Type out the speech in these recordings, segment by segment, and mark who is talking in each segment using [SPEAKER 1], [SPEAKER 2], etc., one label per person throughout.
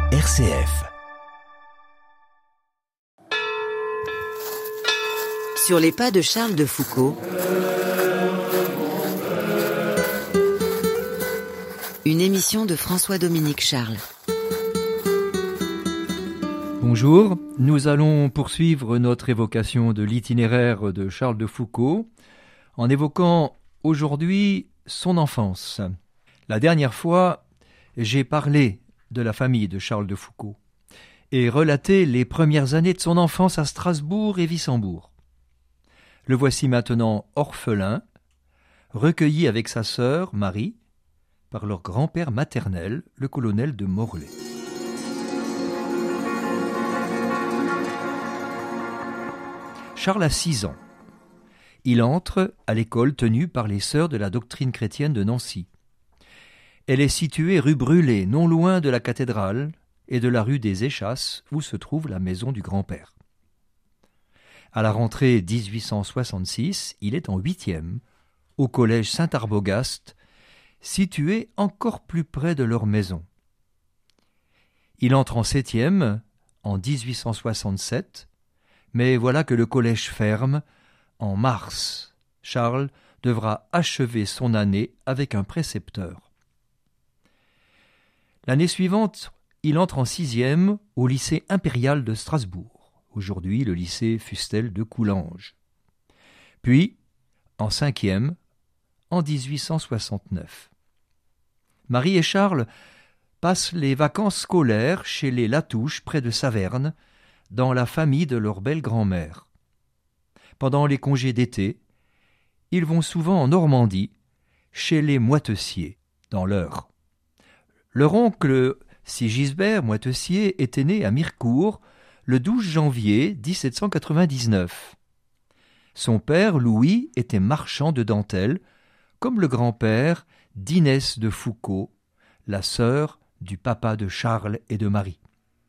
[SPEAKER 1] RCF.
[SPEAKER 2] Sur les pas de Charles de Foucault, une émission de François-Dominique Charles.
[SPEAKER 3] Bonjour, nous allons poursuivre notre évocation de l'itinéraire de Charles de Foucault en évoquant aujourd'hui son enfance. La dernière fois, j'ai parlé de la famille de Charles de Foucault et relaté les premières années de son enfance à Strasbourg et Wissembourg. Le voici maintenant orphelin, recueilli avec sa sœur Marie par leur grand-père maternel, le colonel de Morlaix. Charles a 6 ans. Il entre à l'école tenue par les sœurs de la doctrine chrétienne de Nancy. Elle est située rue Brûlé, non loin de la cathédrale et de la rue des Échasses, où se trouve la maison du grand-père. À la rentrée 1866, il est en 8e, au collège Saint-Arbogast, situé encore plus près de leur maison. Il entre en 7e en 1867, mais voilà que le collège ferme en mars. Charles devra achever son année avec un précepteur. L'année suivante, il entre en 6e au lycée impérial de Strasbourg, aujourd'hui le lycée Fustel de Coulanges. Puis, en 5e, en 1869. Marie et Charles passent les vacances scolaires chez les Latouche, près de Saverne, dans la famille de leur belle-grand-mère. Pendant les congés d'été, ils vont souvent en Normandie, chez les Moitessiers, dans l'Eure. Leur oncle Sigisbert Moitessier était né à Mirecourt le 12 janvier 1799. Son père, Louis, était marchand de dentelle, comme le grand-père d'Inès de Foucault, la sœur du papa de Charles et de Marie.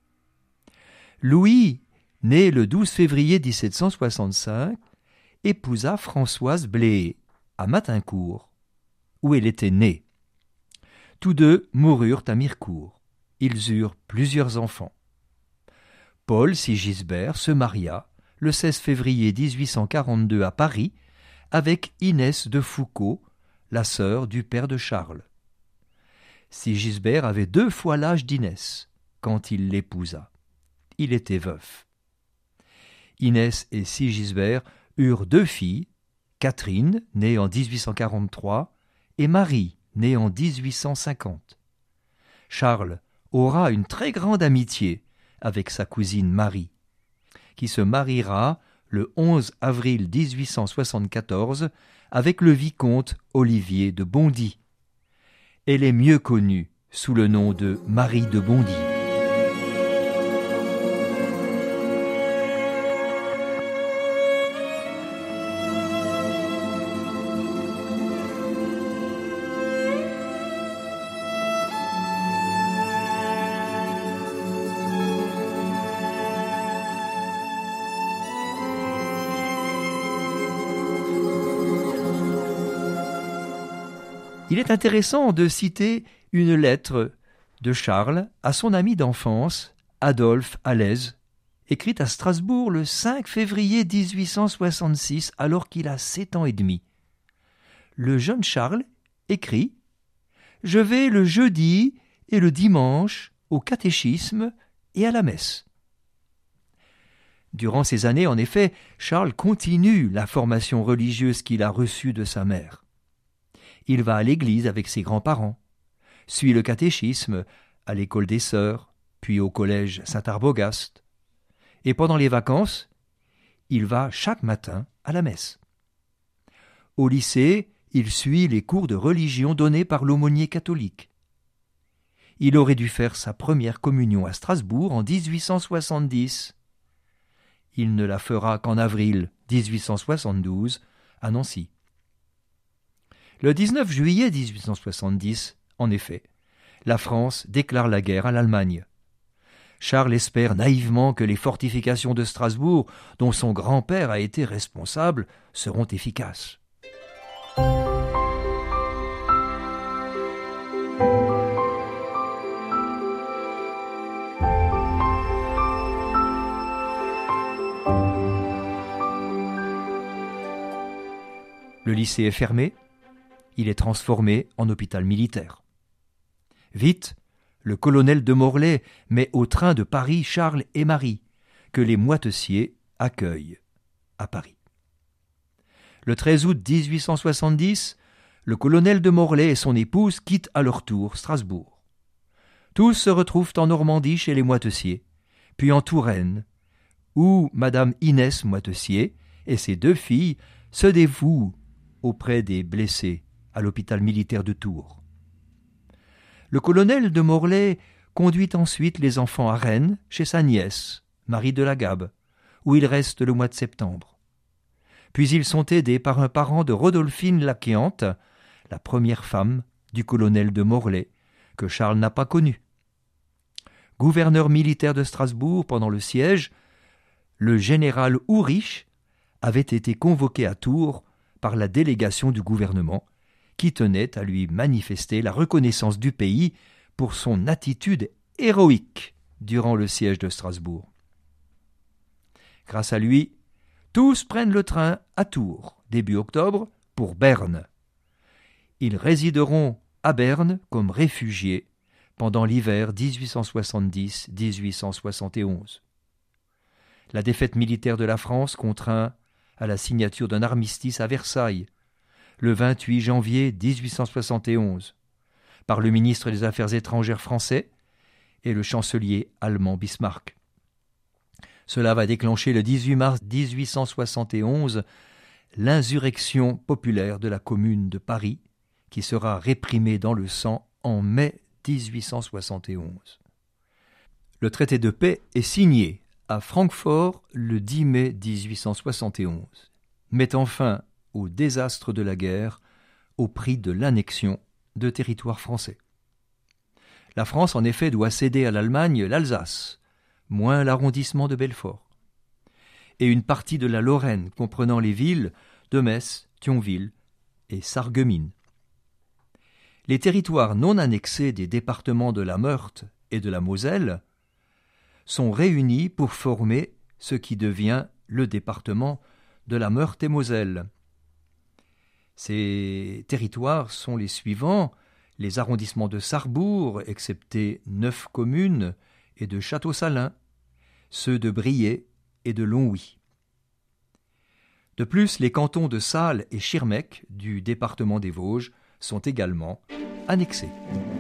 [SPEAKER 3] Louis, né le 12 février 1765, épousa Françoise Bléé, à Matincourt, où elle était née. Tous deux moururent à Mirecourt. Ils eurent plusieurs enfants. Paul Sigisbert se maria le 16 février 1842 à Paris avec Inès de Foucault, la sœur du père de Charles. Sigisbert avait 2 fois l'âge d'Inès quand il l'épousa. Il était veuf. Inès et Sigisbert eurent 2 filles, Catherine, née en 1843, et Marie, née en 1850. Charles aura une très grande amitié avec sa cousine Marie, qui se mariera le 11 avril 1874 avec le vicomte Olivier de Bondy. Elle est mieux connue sous le nom de Marie de Bondy. Il est intéressant de citer une lettre de Charles à son ami d'enfance, Adolphe Allez, écrite à Strasbourg le 5 février 1866, alors qu'il a 7 ans et demi. Le jeune Charles écrit « Je vais le jeudi et le dimanche au catéchisme et à la messe ». Durant ces années, en effet, Charles continue la formation religieuse qu'il a reçue de sa mère. Il va à l'église avec ses grands-parents, suit le catéchisme à l'école des sœurs, puis au collège Saint-Arbogast. Et pendant les vacances, il va chaque matin à la messe. Au lycée, il suit les cours de religion donnés par l'aumônier catholique. Il aurait dû faire sa première communion à Strasbourg en 1870. Il ne la fera qu'en avril 1872 à Nancy. Le 19 juillet 1870, en effet, la France déclare la guerre à l'Allemagne. Charles espère naïvement que les fortifications de Strasbourg, dont son grand-père a été responsable, seront efficaces. lycée est fermé, il est transformé en hôpital militaire. Vite, le colonel de Morlaix met au train de Paris Charles et Marie, que les Moitessiers accueillent à Paris. Le 13 août 1870, le colonel de Morlaix et son épouse quittent à leur tour Strasbourg. Tous se retrouvent en Normandie chez les Moitessiers, puis en Touraine, où Madame Inès Moitessier et ses 2 filles se dévouent auprès des blessés à l'hôpital militaire de Tours. Le colonel de Morlaix conduit ensuite les enfants à Rennes chez sa nièce, Marie de la Gabe, où ils restent le mois de septembre. Puis ils sont aidés par un parent de Rodolphine Laquéante, la première femme du colonel de Morlaix, que Charles n'a pas connue. Gouverneur militaire de Strasbourg pendant le siège, le général Ourich avait été convoqué à Tours par la délégation du gouvernement, qui tenait à lui manifester la reconnaissance du pays pour son attitude héroïque durant le siège de Strasbourg. Grâce à lui, tous prennent le train à Tours, début octobre, pour Berne. Ils résideront à Berne comme réfugiés pendant l'hiver 1870-1871. La défaite militaire de la France contraint à la signature d'un armistice à Versailles, le 28 janvier 1871, par le ministre des Affaires étrangères français et le chancelier allemand Bismarck. Cela va déclencher le 18 mars 1871 l'insurrection populaire de la Commune de Paris, qui sera réprimée dans le sang en mai 1871. Le traité de paix est signé à Francfort le 10 mai 1871, mettant fin au désastre de la guerre au prix de l'annexion de territoires français. La France, en effet, doit céder à l'Allemagne l'Alsace, moins l'arrondissement de Belfort, et une partie de la Lorraine comprenant les villes de Metz, Thionville et Sarreguemines. Les territoires non annexés des départements de la Meurthe et de la Moselle sont réunis pour former ce qui devient le département de la Meurthe et Moselle. Ces territoires sont les suivants: les arrondissements de Sarrebourg, excepté 9 communes, et de Château-Salins, ceux de Briey et de Longwy. De plus, les cantons de Salles et Schirmeck du département des Vosges sont également annexés.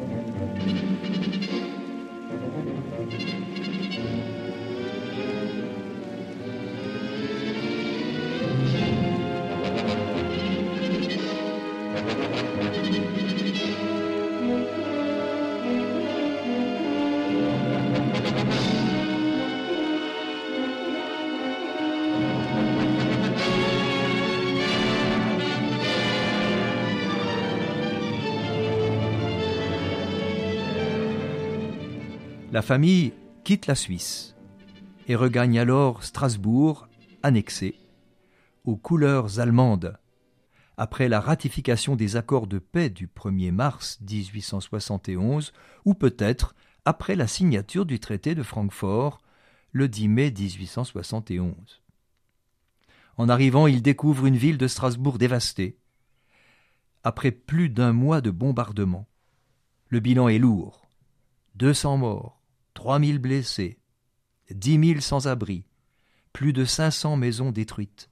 [SPEAKER 3] La famille quitte la Suisse et regagne alors Strasbourg, annexé, aux couleurs allemandes, après la ratification des accords de paix du 1er mars 1871, ou peut-être après la signature du traité de Francfort le 10 mai 1871. En arrivant, il découvre une ville de Strasbourg dévastée. Après plus d'1 mois de bombardement, le bilan est lourd. 200 morts, 3000 blessés, 10 000 sans-abri, plus de 500 maisons détruites.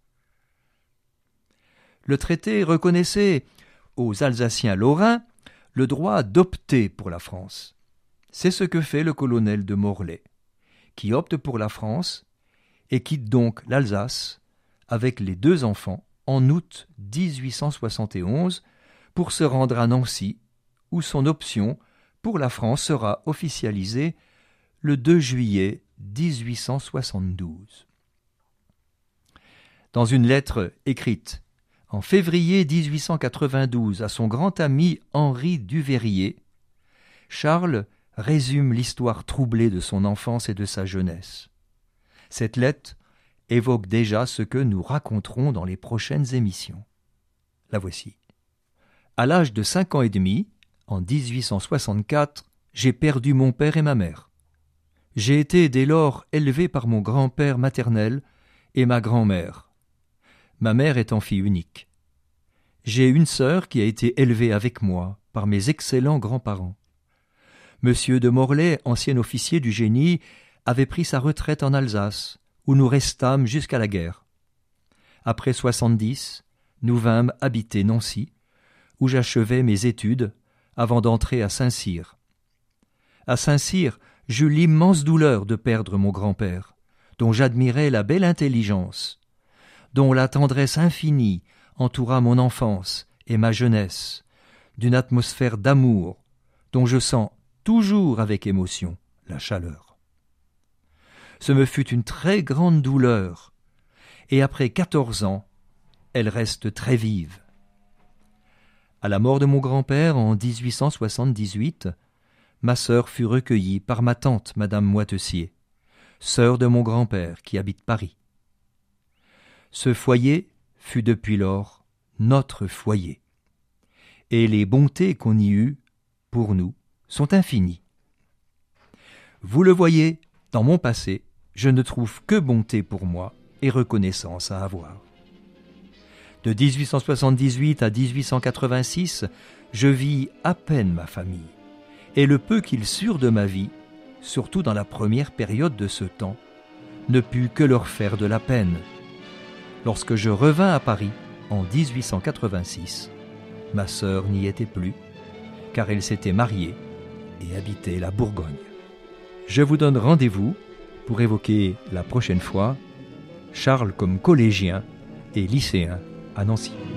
[SPEAKER 3] Le traité reconnaissait aux Alsaciens lorrains le droit d'opter pour la France. C'est ce que fait le colonel de Morlaix, qui opte pour la France et quitte donc l'Alsace avec les 2 enfants en août 1871 pour se rendre à Nancy, où son option pour la France sera officialisée le 2 juillet 1872. Dans une lettre écrite en février 1892 à son grand ami Henri Duveyrier, Charles résume l'histoire troublée de son enfance et de sa jeunesse. Cette lettre évoque déjà ce que nous raconterons dans les prochaines émissions. La voici. À l'âge de 5 ans et demi, en 1864, j'ai perdu mon père et ma mère. J'ai été dès lors élevé par mon grand-père maternel et ma grand-mère, ma mère étant fille unique. j'ai une sœur qui a été élevée avec moi par mes excellents grands-parents. Monsieur de Morlaix, ancien officier du génie, avait pris sa retraite en Alsace, où nous restâmes jusqu'à la guerre. Après 70, nous vînmes habiter Nancy, où j'achevai mes études avant d'entrer à Saint-Cyr. À Saint-Cyr, j'eus l'immense douleur de perdre mon grand-père, dont j'admirais la belle intelligence, dont la tendresse infinie entoura mon enfance et ma jeunesse, d'une atmosphère d'amour dont je sens toujours avec émotion la chaleur. Ce me fut une très grande douleur, et après 14 ans, elle reste très vive. À la mort de mon grand-père en 1878, ma sœur fut recueillie par ma tante Madame Moitessier, sœur de mon grand-père qui habite Paris. Ce foyer fut depuis lors notre foyer, et les bontés qu'on y eut, pour nous, sont infinies. Vous le voyez, dans mon passé, je ne trouve que bonté pour moi et reconnaissance à avoir. De 1878 à 1886, je vis à peine ma famille, et le peu qu'ils surent de ma vie, surtout dans la première période de ce temps, ne put que leur faire de la peine. Lorsque je revins à Paris, en 1886, ma sœur n'y était plus, car elle s'était mariée et habitait la Bourgogne. Je vous donne rendez-vous pour évoquer la prochaine fois Charles comme collégien et lycéen à Nancy.